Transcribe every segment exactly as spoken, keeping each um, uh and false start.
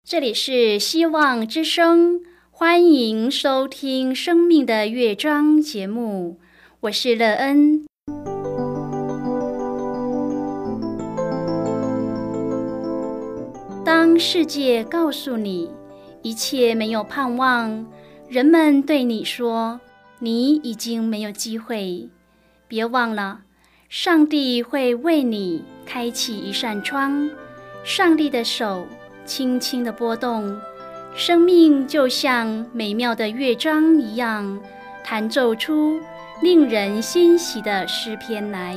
这里是希望之声，欢迎收听生命的乐章节目，我是乐恩。当世界告诉你一切没有盼望，人们对你说你已经没有机会，别忘了，上帝会为你开启一扇窗，上帝的手轻轻地拨动，生命就像美妙的乐章一样，弹奏出令人欣喜的诗篇来。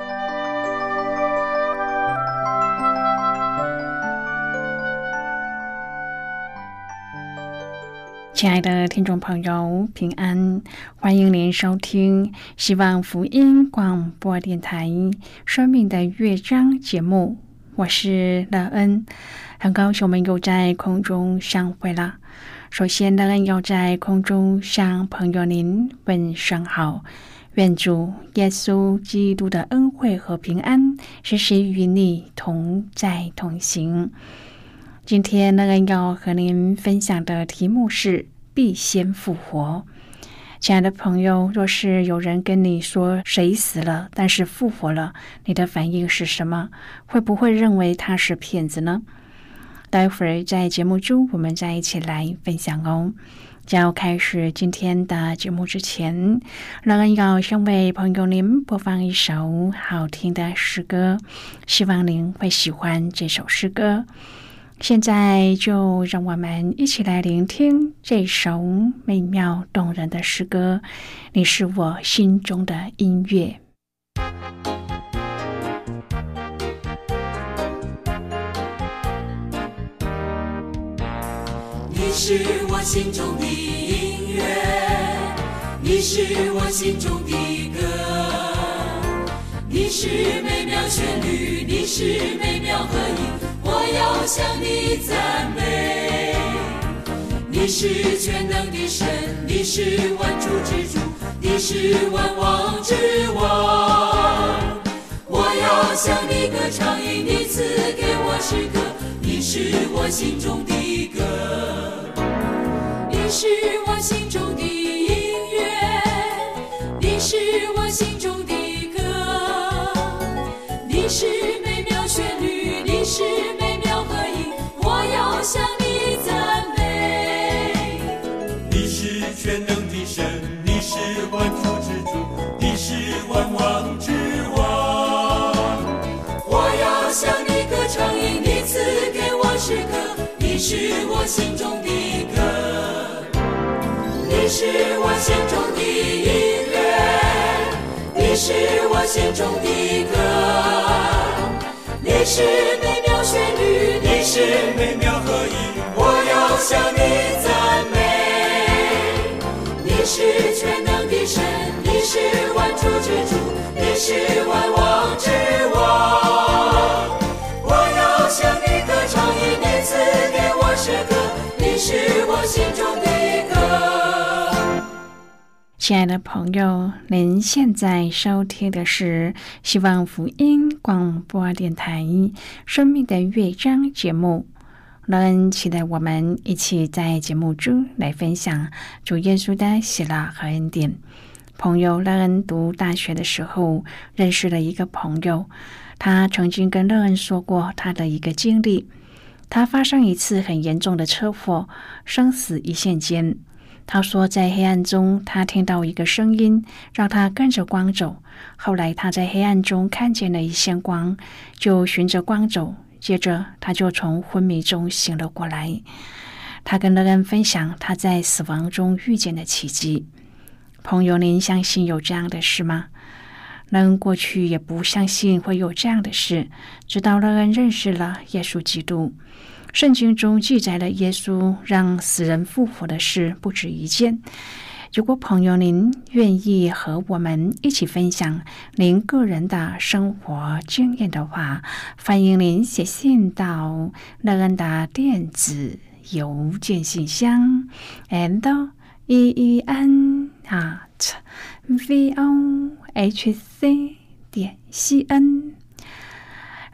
亲爱的听众朋友，平安，欢迎您收听希望福音广播电台生命的乐章节目，我是乐恩，很高兴我们又在空中相会了。首先，乐恩要在空中向朋友您问声好，愿主耶稣基督的恩惠和平安时时与你同在同行。今天乐恩要和您分享的题目是必先复活。亲爱的朋友，若是有人跟你说谁死了但是复活了，你的反应是什么？会不会认为他是骗子呢？待会儿在节目中我们再一起来分享哦。在要开始今天的节目之前，乐恩要先为朋友您播放一首好听的诗歌，希望您会喜欢这首诗歌。现在就让我们一起来聆听这首美妙动人的诗歌，你是我心中的音乐。 你是我心中的音乐，你是我心中的歌，你是美妙旋律，你是美妙和音，我要向你赞美。你是全能的神，你是万主之主，你是万王之王，我要向你歌唱，因你赐给我诗歌，你是我心中的歌，你是我心中的音乐，你是我心中的歌，你是美妙旋律，你是美妙和音，我要向你赞美。 你是全能的神，你是万主之主，你是万王之王， 我要向你歌唱，因你赐给我诗歌，你是我心中的歌，你是我心中的音乐，你是我心中的歌，你是美妙旋律，你是美妙和音，我要向你赞美。你是全能的神，你是万主之主，你是万王之王，我要向你歌唱，因你赐给我诗歌，你是我心中的歌。 亲爱的朋友，您现在收听的是希望福音广播电台生命的乐章节目。乐恩期待我们一起在节目中来分享主耶稣的喜乐和恩典。朋友，乐恩读大学的时候认识了一个朋友，他曾经跟乐恩说过他的一个经历。他发生一次很严重的车祸，生死一线间。他说在黑暗中他听到一个声音，让他跟着光走。后来他在黑暗中看见了一线光，就循着光走，接着他就从昏迷中醒了过来。他跟乐恩分享他在死亡中遇见的奇迹。朋友，您相信有这样的事吗？乐恩过去也不相信会有这样的事，直到乐恩认识了耶稣基督。圣经中记载了耶稣让死人复活的事不止一件。如果朋友您愿意和我们一起分享您个人的生活经验的话，欢迎您写信到乐恩的电子邮件信箱 and e e n at v o h c 点 c n。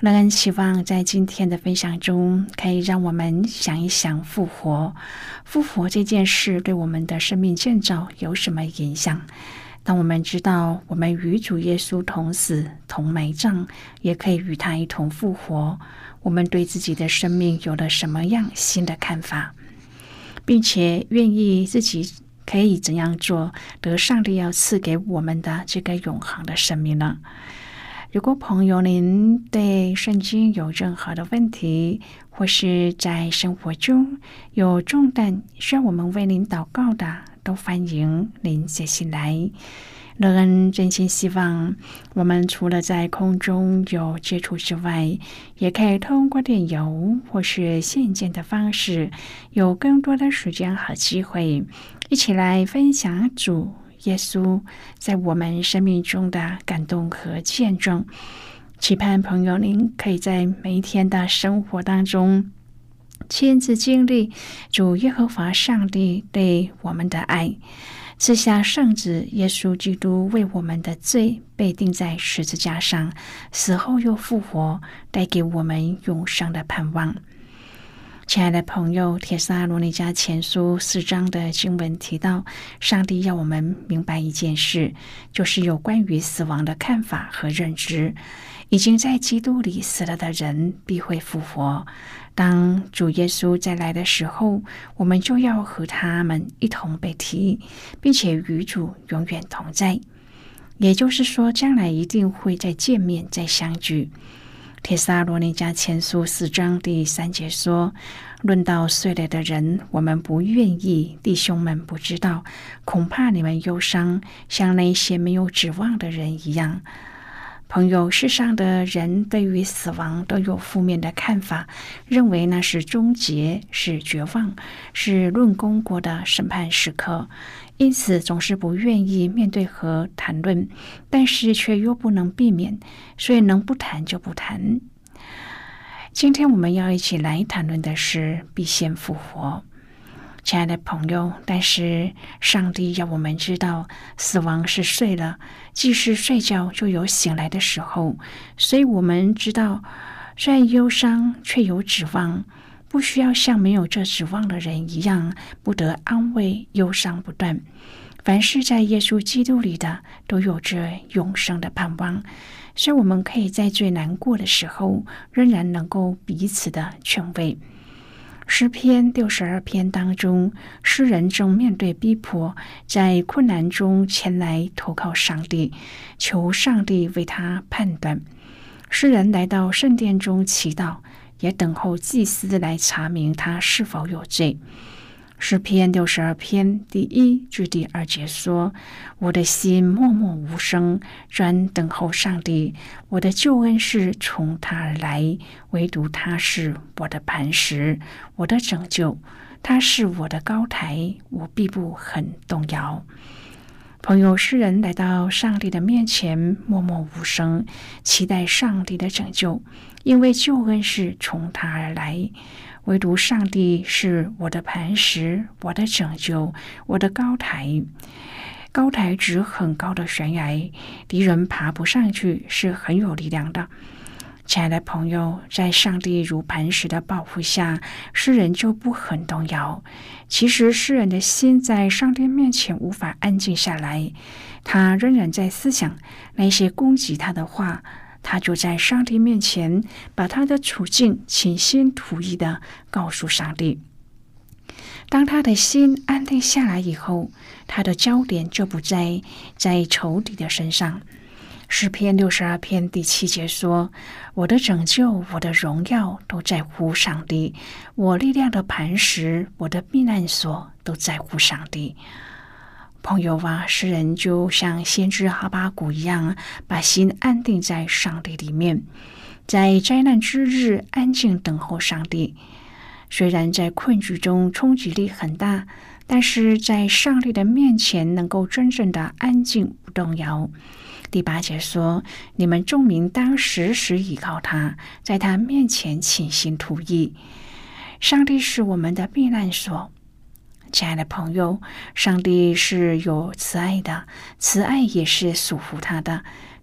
乐恩希望在今天的分享中，可以让我们想一想复活。复活这件事对我们的生命建造有什么影响？当我们知道我们与主耶稣同死、同埋葬，也可以与他一同复活，我们对自己的生命有了什么样新的看法，并且愿意自己可以怎样做，得上帝要赐给我们的这个永恒的生命呢？如果朋友您对圣经有任何的问题，或是在生活中有重担需要我们为您祷告的，都欢迎您写信来。乐恩真心希望我们除了在空中有接触之外，也可以通过电邮或是信件的方式，有更多的时间和机会一起来分享主耶稣在我们生命中的感动和见证。期盼朋友您可以在每一天的生活当中亲自经历主耶和华上帝对我们的爱，赐下圣子耶稣基督为我们的罪被钉在十字架上，死后又复活，带给我们永生的盼望。亲爱的朋友，帖撒罗尼迦前书四章的经文提到，上帝要我们明白一件事，就是有关于死亡的看法和认知。已经在基督里死了的人必会复活，当主耶稣再来的时候，我们就要和他们一同被提，并且与主永远同在。也就是说，将来一定会再见面，再相聚。帖撒罗尼迦前书四章第三节说，论到睡了的人，我们不愿意弟兄们不知道，恐怕你们忧伤，像那些没有指望的人一样。朋友，世上的人对于死亡都有负面的看法，认为那是终结，是绝望，是论功过的审判时刻，因此总是不愿意面对和谈论，但是却又不能避免，所以能不谈就不谈。今天我们要一起来谈论的是必先复活。亲爱的朋友，但是上帝要我们知道，死亡是睡了，既是睡觉就有醒来的时候，所以我们知道，虽然忧伤却有指望，不需要像没有这指望的人一样不得安慰，忧伤不断。凡是在耶稣基督里的，都有着永生的盼望，所以我们可以在最难过的时候，仍然能够彼此的劝慰。诗篇六十二篇当中，诗人正面对逼迫，在困难中前来投靠上帝，求上帝为他判断。诗人来到圣殿中祈祷，也等候祭司来查明他是否有罪。诗篇六十二篇第一至第二节说，我的心默默无声，专等候上帝，我的救恩是从他而来，唯独他是我的磐石，我的拯救，他是我的高台，我必不很动摇。朋友，诗人来到上帝的面前，默默无声，期待上帝的拯救，因为救恩是从他而来，唯独上帝是我的磐石，我的拯救，我的高台。高台指很高的悬崖，敌人爬不上去，是很有力量的。亲爱的朋友，在上帝如磐石的保护下，诗人就不很动摇。其实诗人的心在上帝面前无法安静下来，他仍然在思想那些攻击他的话，他就在上帝面前把他的处境倾心吐意地告诉上帝。当他的心安定下来以后，他的焦点就不再在仇敌的身上。诗篇六十二篇第七节说，我的拯救，我的荣耀都在乎上帝，我力量的磐石，我的避难所都在乎上帝。朋友啊，诗人就像先知哈巴谷一样，把心安定在上帝里面，在灾难之日安静等候上帝。虽然在困局中冲击力很大，但是在上帝的面前能够真正的安静不动摇。第八节说，你们众民当时时倚靠他，在他面前倾心吐意。上帝是我们的避难所。亲爱的朋友，上帝是有慈爱的，慈爱也是属乎他的。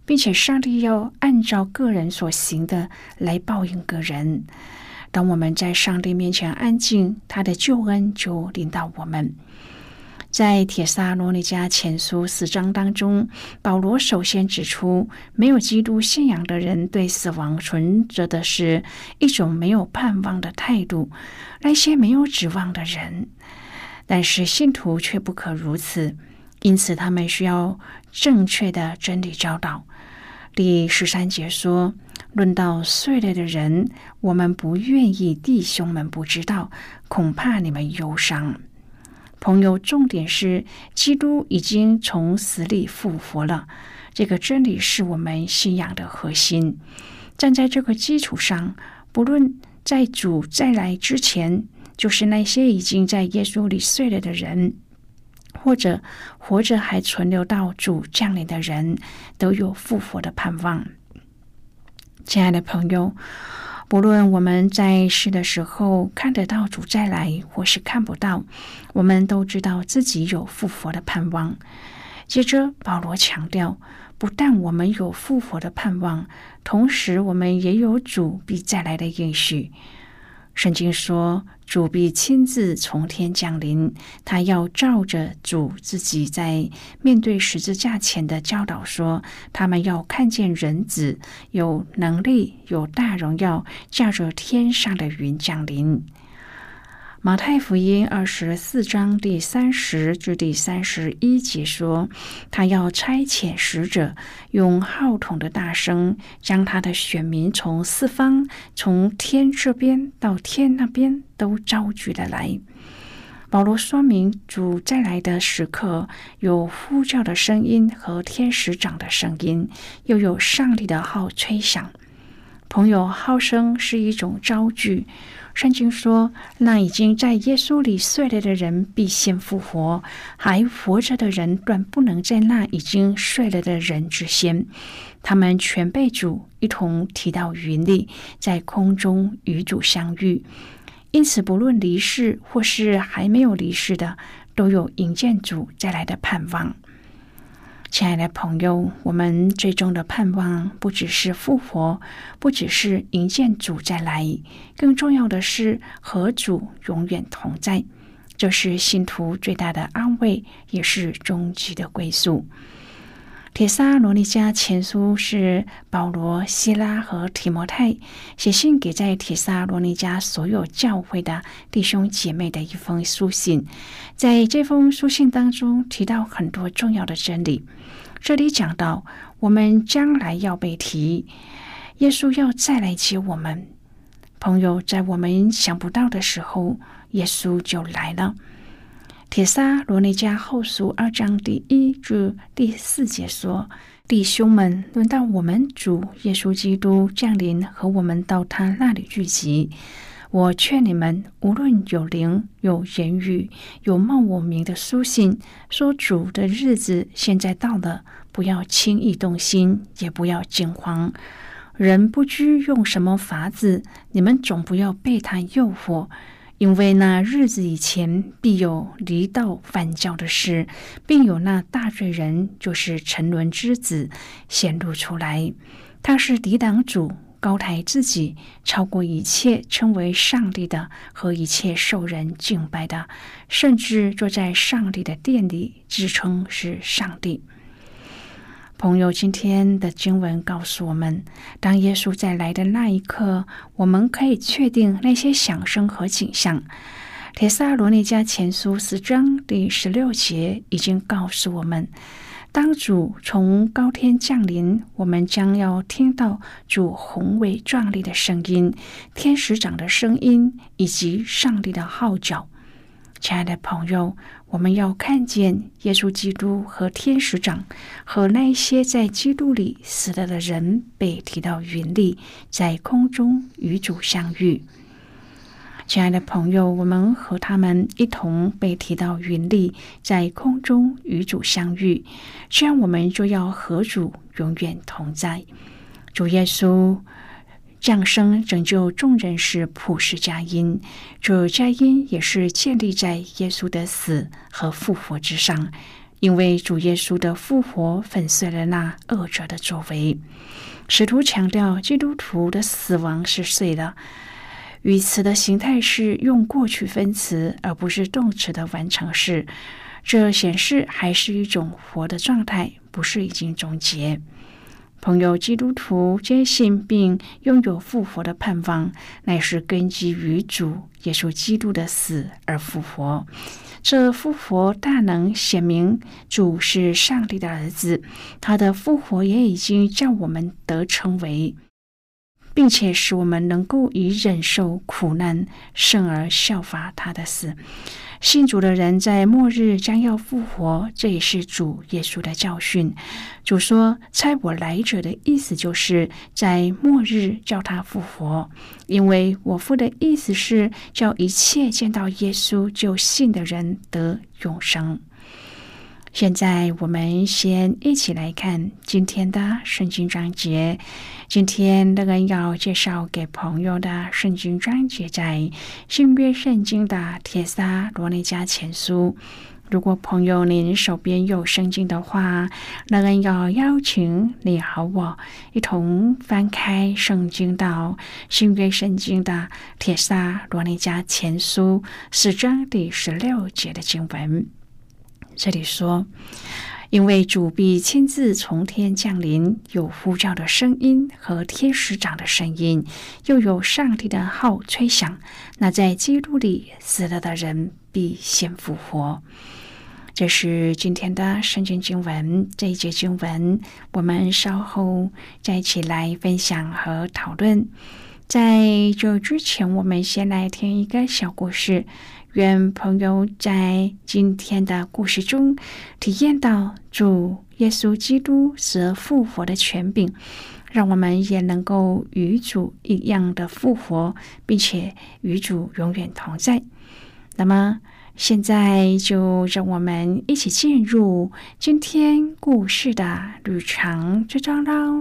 并且上帝要按照个人所行的来报应个人。当我们在上帝面前安静，他的救恩就临到我们。在帖撒罗尼迦前书四章当中，保罗首先指出，没有基督信仰的人对死亡存着的是一种没有盼望的态度，那些没有指望的人。但是信徒却不可如此，因此他们需要正确的真理教导。第十三节说，论到睡了的人，我们不愿意弟兄们不知道，恐怕你们忧伤。朋友，重点是基督已经从死里复活了，这个真理是我们信仰的核心。站在这个基础上，不论在主再来之前，就是那些已经在耶稣里睡了的人，或者活着还存留到主降临的人，都有复活的盼望。亲爱的朋友，不论我们在世的时候看得到主再来，或是看不到，我们都知道自己有复活的盼望。接着保罗强调，不但我们有复活的盼望，同时我们也有主必再来的应许。圣经说，主必亲自从天降临，他要照着主自己在面对十字架前的教导说，他们要看见人子有能力有大荣耀，驾着天上的云降临。马太福音二十四章第三十至第三十一节说，他要差遣使者，用号筒的大声，将他的选民从四方，从天这边到天那边都招聚了来。保罗说明，主再来的时刻，有呼叫的声音和天使长的声音，又有上帝的号吹响。朋友，号声是一种招聚。圣经说，那已经在耶稣里睡了的人必先复活，还活着的人断不能在那已经睡了的人之先。他们全被主一同提到云里，在空中与主相遇。因此不论离世或是还没有离世的，都有迎见主再来的盼望。亲爱的朋友，我们最终的盼望不只是复活，不只是迎见主再来，更重要的是和主永远同在。这是信徒最大的安慰，也是终极的归宿。帖撒罗尼迦前书是保罗、希拉和提摩太写信给在帖撒罗尼迦所有教会的弟兄姐妹的一封书信。在这封书信当中提到很多重要的真理。这里讲到，我们将来要被提，耶稣要再来接我们。朋友，在我们想不到的时候，耶稣就来了。帖撒罗尼迦后书二章第一至第四节说，弟兄们，轮到我们主耶稣基督降临和我们到他那里聚集，我劝你们，无论有灵、有言语、有冒我名的书信，说主的日子现在到了，不要轻易动心，也不要惊慌。人不知用什么法子，你们总不要被他诱惑，因为那日子以前必有离道反教的事，并有那大罪人，就是沉沦之子显露出来。他是抵挡主，高抬自己，超过一切称为上帝的和一切受人敬拜的，甚至坐在上帝的殿里，自称是上帝。朋友，今天的经文告诉我们，当耶稣再来的那一刻，我们可以确定那些响声和景象。帖撒罗尼迦前书四章第十六节已经告诉我们，当主从高天降临，我们将要听到主宏伟壮丽的声音、天使长的声音以及上帝的号角。亲爱的朋友，我们要看见耶稣基督和天使长和那些在基督里死了的人被提到云里，在空中与主相遇。亲爱的朋友，我们和他们一同被提到云里，在空中与主相遇，这样我们就要和主永远同在。主耶稣降生拯救众人是普世佳音，这佳音也是建立在耶稣的死和复活之上。 因为主耶稣的复活粉碎了那恶者的作为。使徒强调基督徒的死亡是碎的，语词的形态是用过去分词而不是动词的完成式，这显示还是一种活的状态，不是已经终结。朋友，基督徒坚信并拥有复活的盼望，乃是根基于主耶稣基督的死而复活。这复活大能显明主是上帝的儿子，他的复活也已经叫我们得称为，并且使我们能够以忍受苦难胜而效法他的死。信主的人在末日将要复活，这也是主耶稣的教训。主说差我来者的意思就是在末日叫他复活，因为我父的意思是叫一切见到耶稣就信的人得永生。现在我们先一起来看今天的圣经章节。今天乐恩要介绍给朋友的圣经章节在新约圣经的帖撒罗尼迦前书。如果朋友您手边有圣经的话，乐恩要邀请你和我一同翻开圣经到新约圣经的帖撒罗尼迦前书四章第十六节的经文。这里说，因为主必亲自从天降临，有呼叫的声音和天使长的声音，又有上帝的号吹响，那在基督里死了的人必先复活。这是今天的圣经经文。这一节经文我们稍后再一起来分享和讨论。在这之前，我们先来听一个小故事，愿朋友在今天的故事中体验到主耶稣基督死而复活的权柄，让我们也能够与主一样的复活，并且与主永远同在。那么现在就让我们一起进入今天故事的旅程之中喽。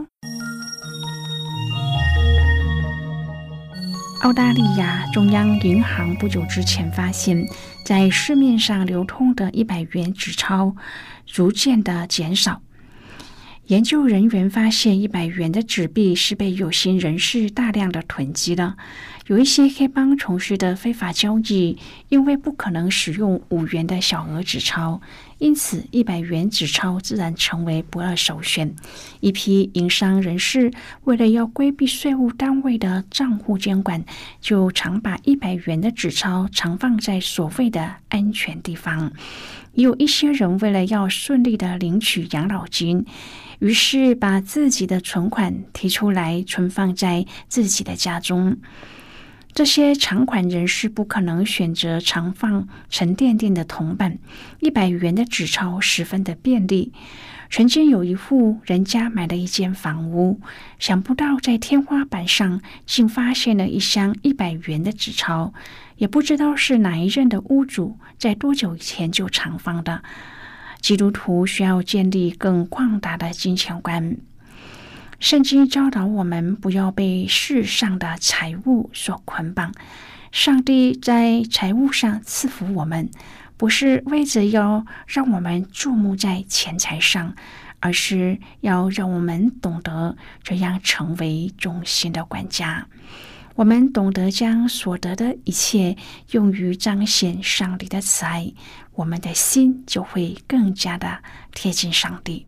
澳大利亚中央银行不久之前发现，在市面上流通的一百元纸钞逐渐的减少。研究人员发现，一百元的纸币是被有心人士大量的囤积了。有一些黑帮从事的非法交易，因为不可能使用五元的小额纸钞，因此一百元纸钞自然成为不二首选。一批营商人士为了要规避税务单位的账户监管，就常把一百元的纸钞藏放在所谓的安全地方。也有一些人为了要顺利的领取养老金，于是把自己的存款提出来存放在自己的家中。这些藏款人士不可能选择藏放沉甸甸的铜板，一百元的纸钞十分的便利。曾经有一户人家买了一间房屋，想不到在天花板上竟发现了一箱一百元的纸钞，也不知道是哪一任的屋主在多久以前就藏放的。基督徒需要建立更广大的金钱观。圣经教导我们不要被世上的财物所捆绑。上帝在财物上赐福我们，不是为着要让我们注目在钱财上，而是要让我们懂得这样成为忠心的管家。我们懂得将所得的一切用于彰显上帝的慈爱，我们的心就会更加的贴近上帝。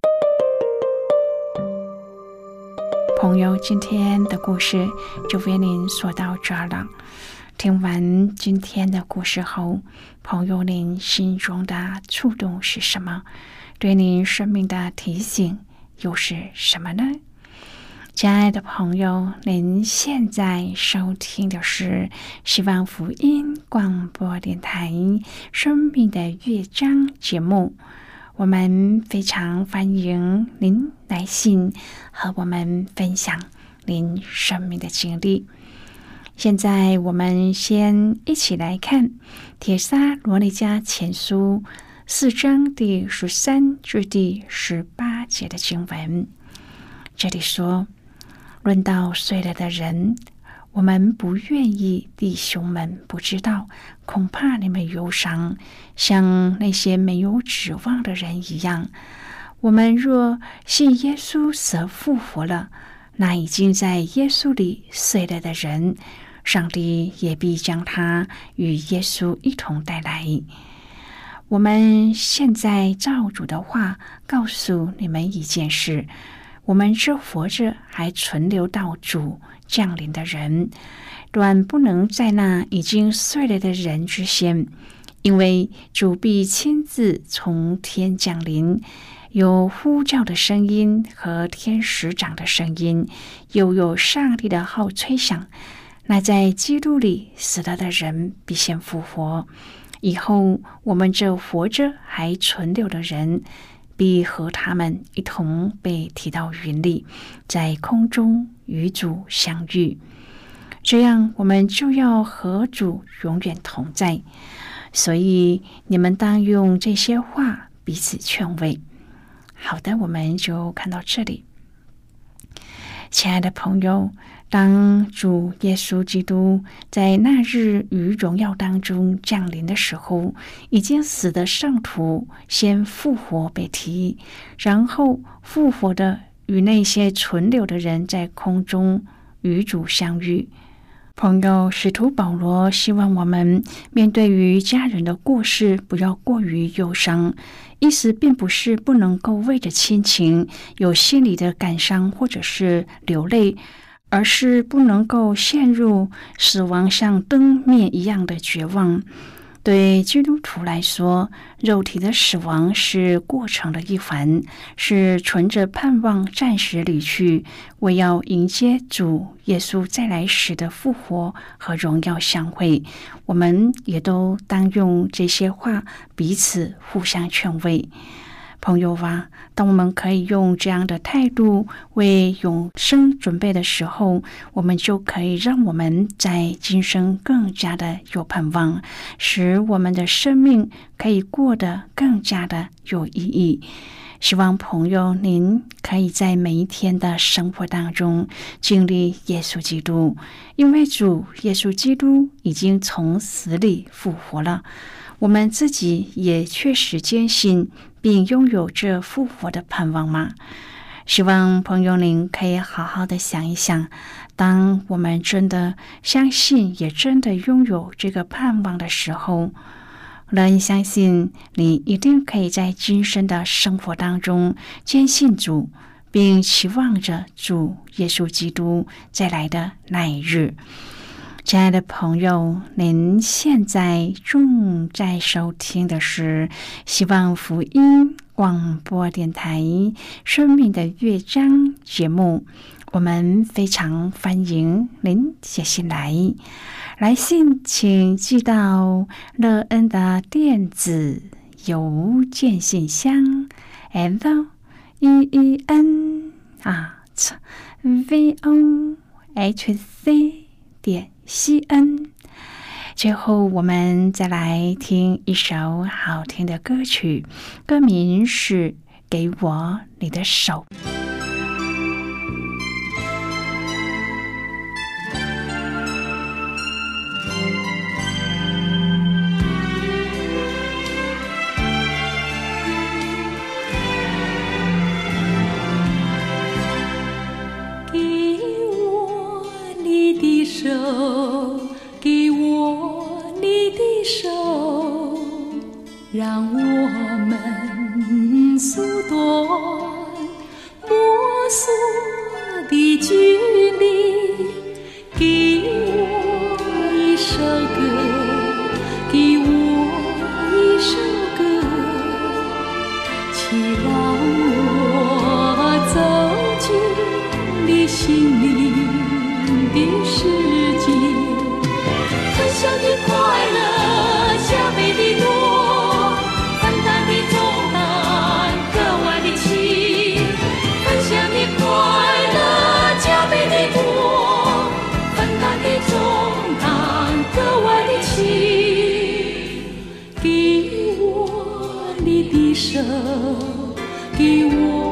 朋友，今天的故事就为您说到这儿了。听完今天的故事后，朋友您心中的触动是什么？对您生命的提醒又是什么呢？亲爱的朋友，您现在收听的是希望福音广播电台生命的乐章节目。我们非常欢迎您来信和我们分享您生命的经历。现在我们先一起来看帖撒罗尼迦前书四章第十三至第十八节的经文。这里说，论到睡了的人， 我们不愿意弟兄们不知道，恐怕你们忧伤，像那些没有指望的人一样。我们若信耶稣死而复活了，那已经在耶稣里睡了的人，上帝也必将他与耶稣一同带来。我们现在照主的话告诉你们一件事，我们这活着还存留到主降临的人，短不能在那已经睡了的人之先，因为主必亲自从天降临，有呼叫的声音和天使长的声音，又有上帝的号吹响。那在基督里死了的人必先复活，以后我们这活着还存留的人，必和他们一同被提到云里，在空中与主相遇。这样我们就要和主永远同在。所以你们当用这些话彼此劝慰。好的，我们就看到这里。亲爱的朋友，当主耶稣基督在那日与荣耀当中降临的时候，已经死的圣徒先复活被提，然后复活的与那些存留的人在空中与主相遇。朋友，使徒保罗希望我们面对于家人的过世不要过于忧伤，意思并不是不能够为着亲情有心理的感伤或者是流泪，而是不能够陷入死亡像灯灭一样的绝望。对基督徒来说，肉体的死亡是过程的一环，是存着盼望暂时离去，为要迎接主耶稣再来时的复活和荣耀相会。我们也都当用这些话彼此互相劝慰。朋友啊，当我们可以用这样的态度为永生准备的时候，我们就可以让我们在今生更加的有盼望，使我们的生命可以过得更加的有意义。希望朋友您可以在每一天的生活当中经历耶稣基督，因为主耶稣基督已经从死里复活了，我们自己也确实坚信并拥有这复活的盼望吗？希望朋友您可以好好的想一想，当我们真的相信也真的拥有这个盼望的时候，人相信你一定可以在今生的生活当中坚信主，并期望着主耶稣基督再来的那一日。亲爱的朋友，您现在正在收听的是希望福音广播电台生命的乐章节目，我们非常欢迎您写信来，来信请寄到乐恩的电子邮件信箱 l e e n at v o h c 点 c n。 最后我们再来听一首好听的歌曲，歌名是《给我你的手》。 给我你的手，让我们缩短摸索的距离。给我一首歌，给我一首歌，请让我走进你心灵的世界。分享的快乐，加倍的多，分担的重担，格外的轻。分享的快乐，加倍的多，分担的重担，格外的轻。给我你的手，给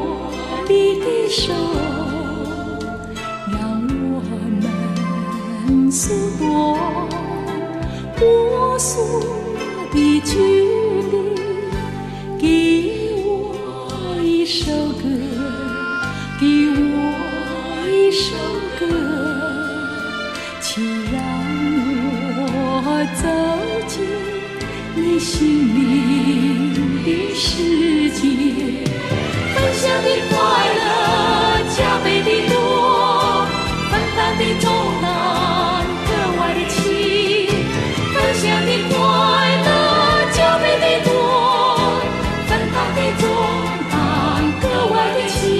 我你的手，让我们索的距离，给我一首歌，给我一首歌，请让我走进你心灵的世界，分享的快乐加倍的多，分担的重担格外的轻，分享的快乐加倍的多，分担的重担格外的轻。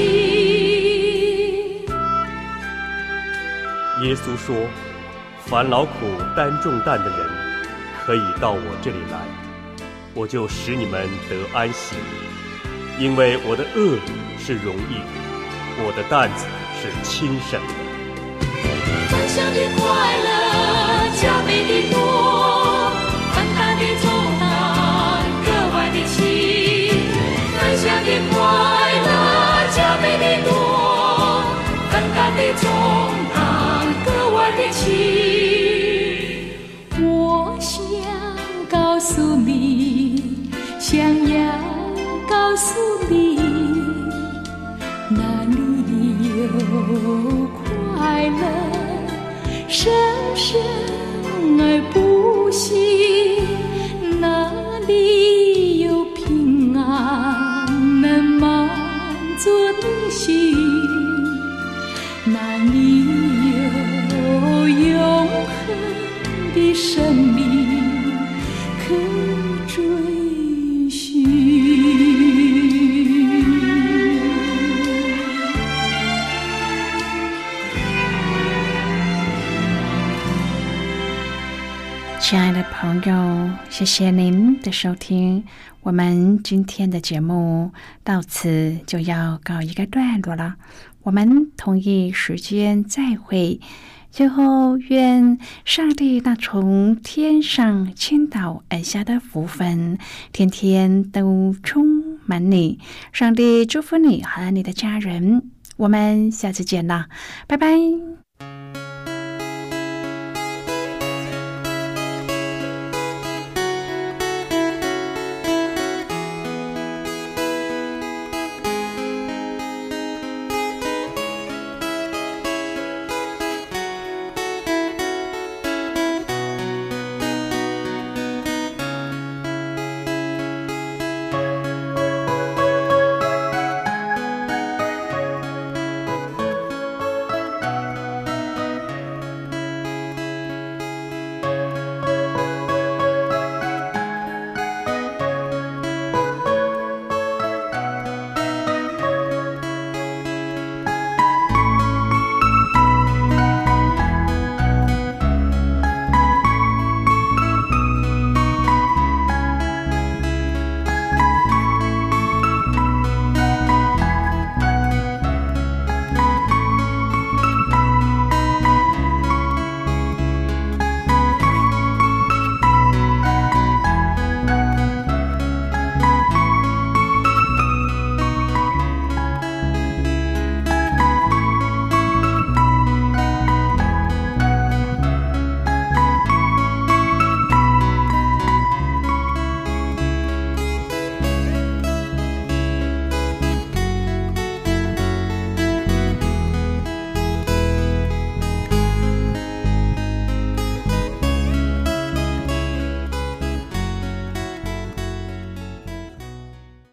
耶稣说，凡劳苦担重担的人可以到我这里来，我就使你们得安息，因为我的轭是容易的，我的担子是轻省的。 分享的快乐加倍的多，分担的重担格外的轻，分享的快乐加倍的多，分担的重担格外的轻。我想告诉你，想要告诉你，哪里有快乐，深深而不息，哪里有平安能满足你心，哪里有永恒的生命可追寻。 亲爱的朋友，谢谢您的收听，我们今天的节目到此就要告一个段落了，我们同一时间再会。最后，愿上帝那从天上倾倒而下的福分，天天都充满你。上帝祝福你和你的家人，我们下次见啦，拜拜。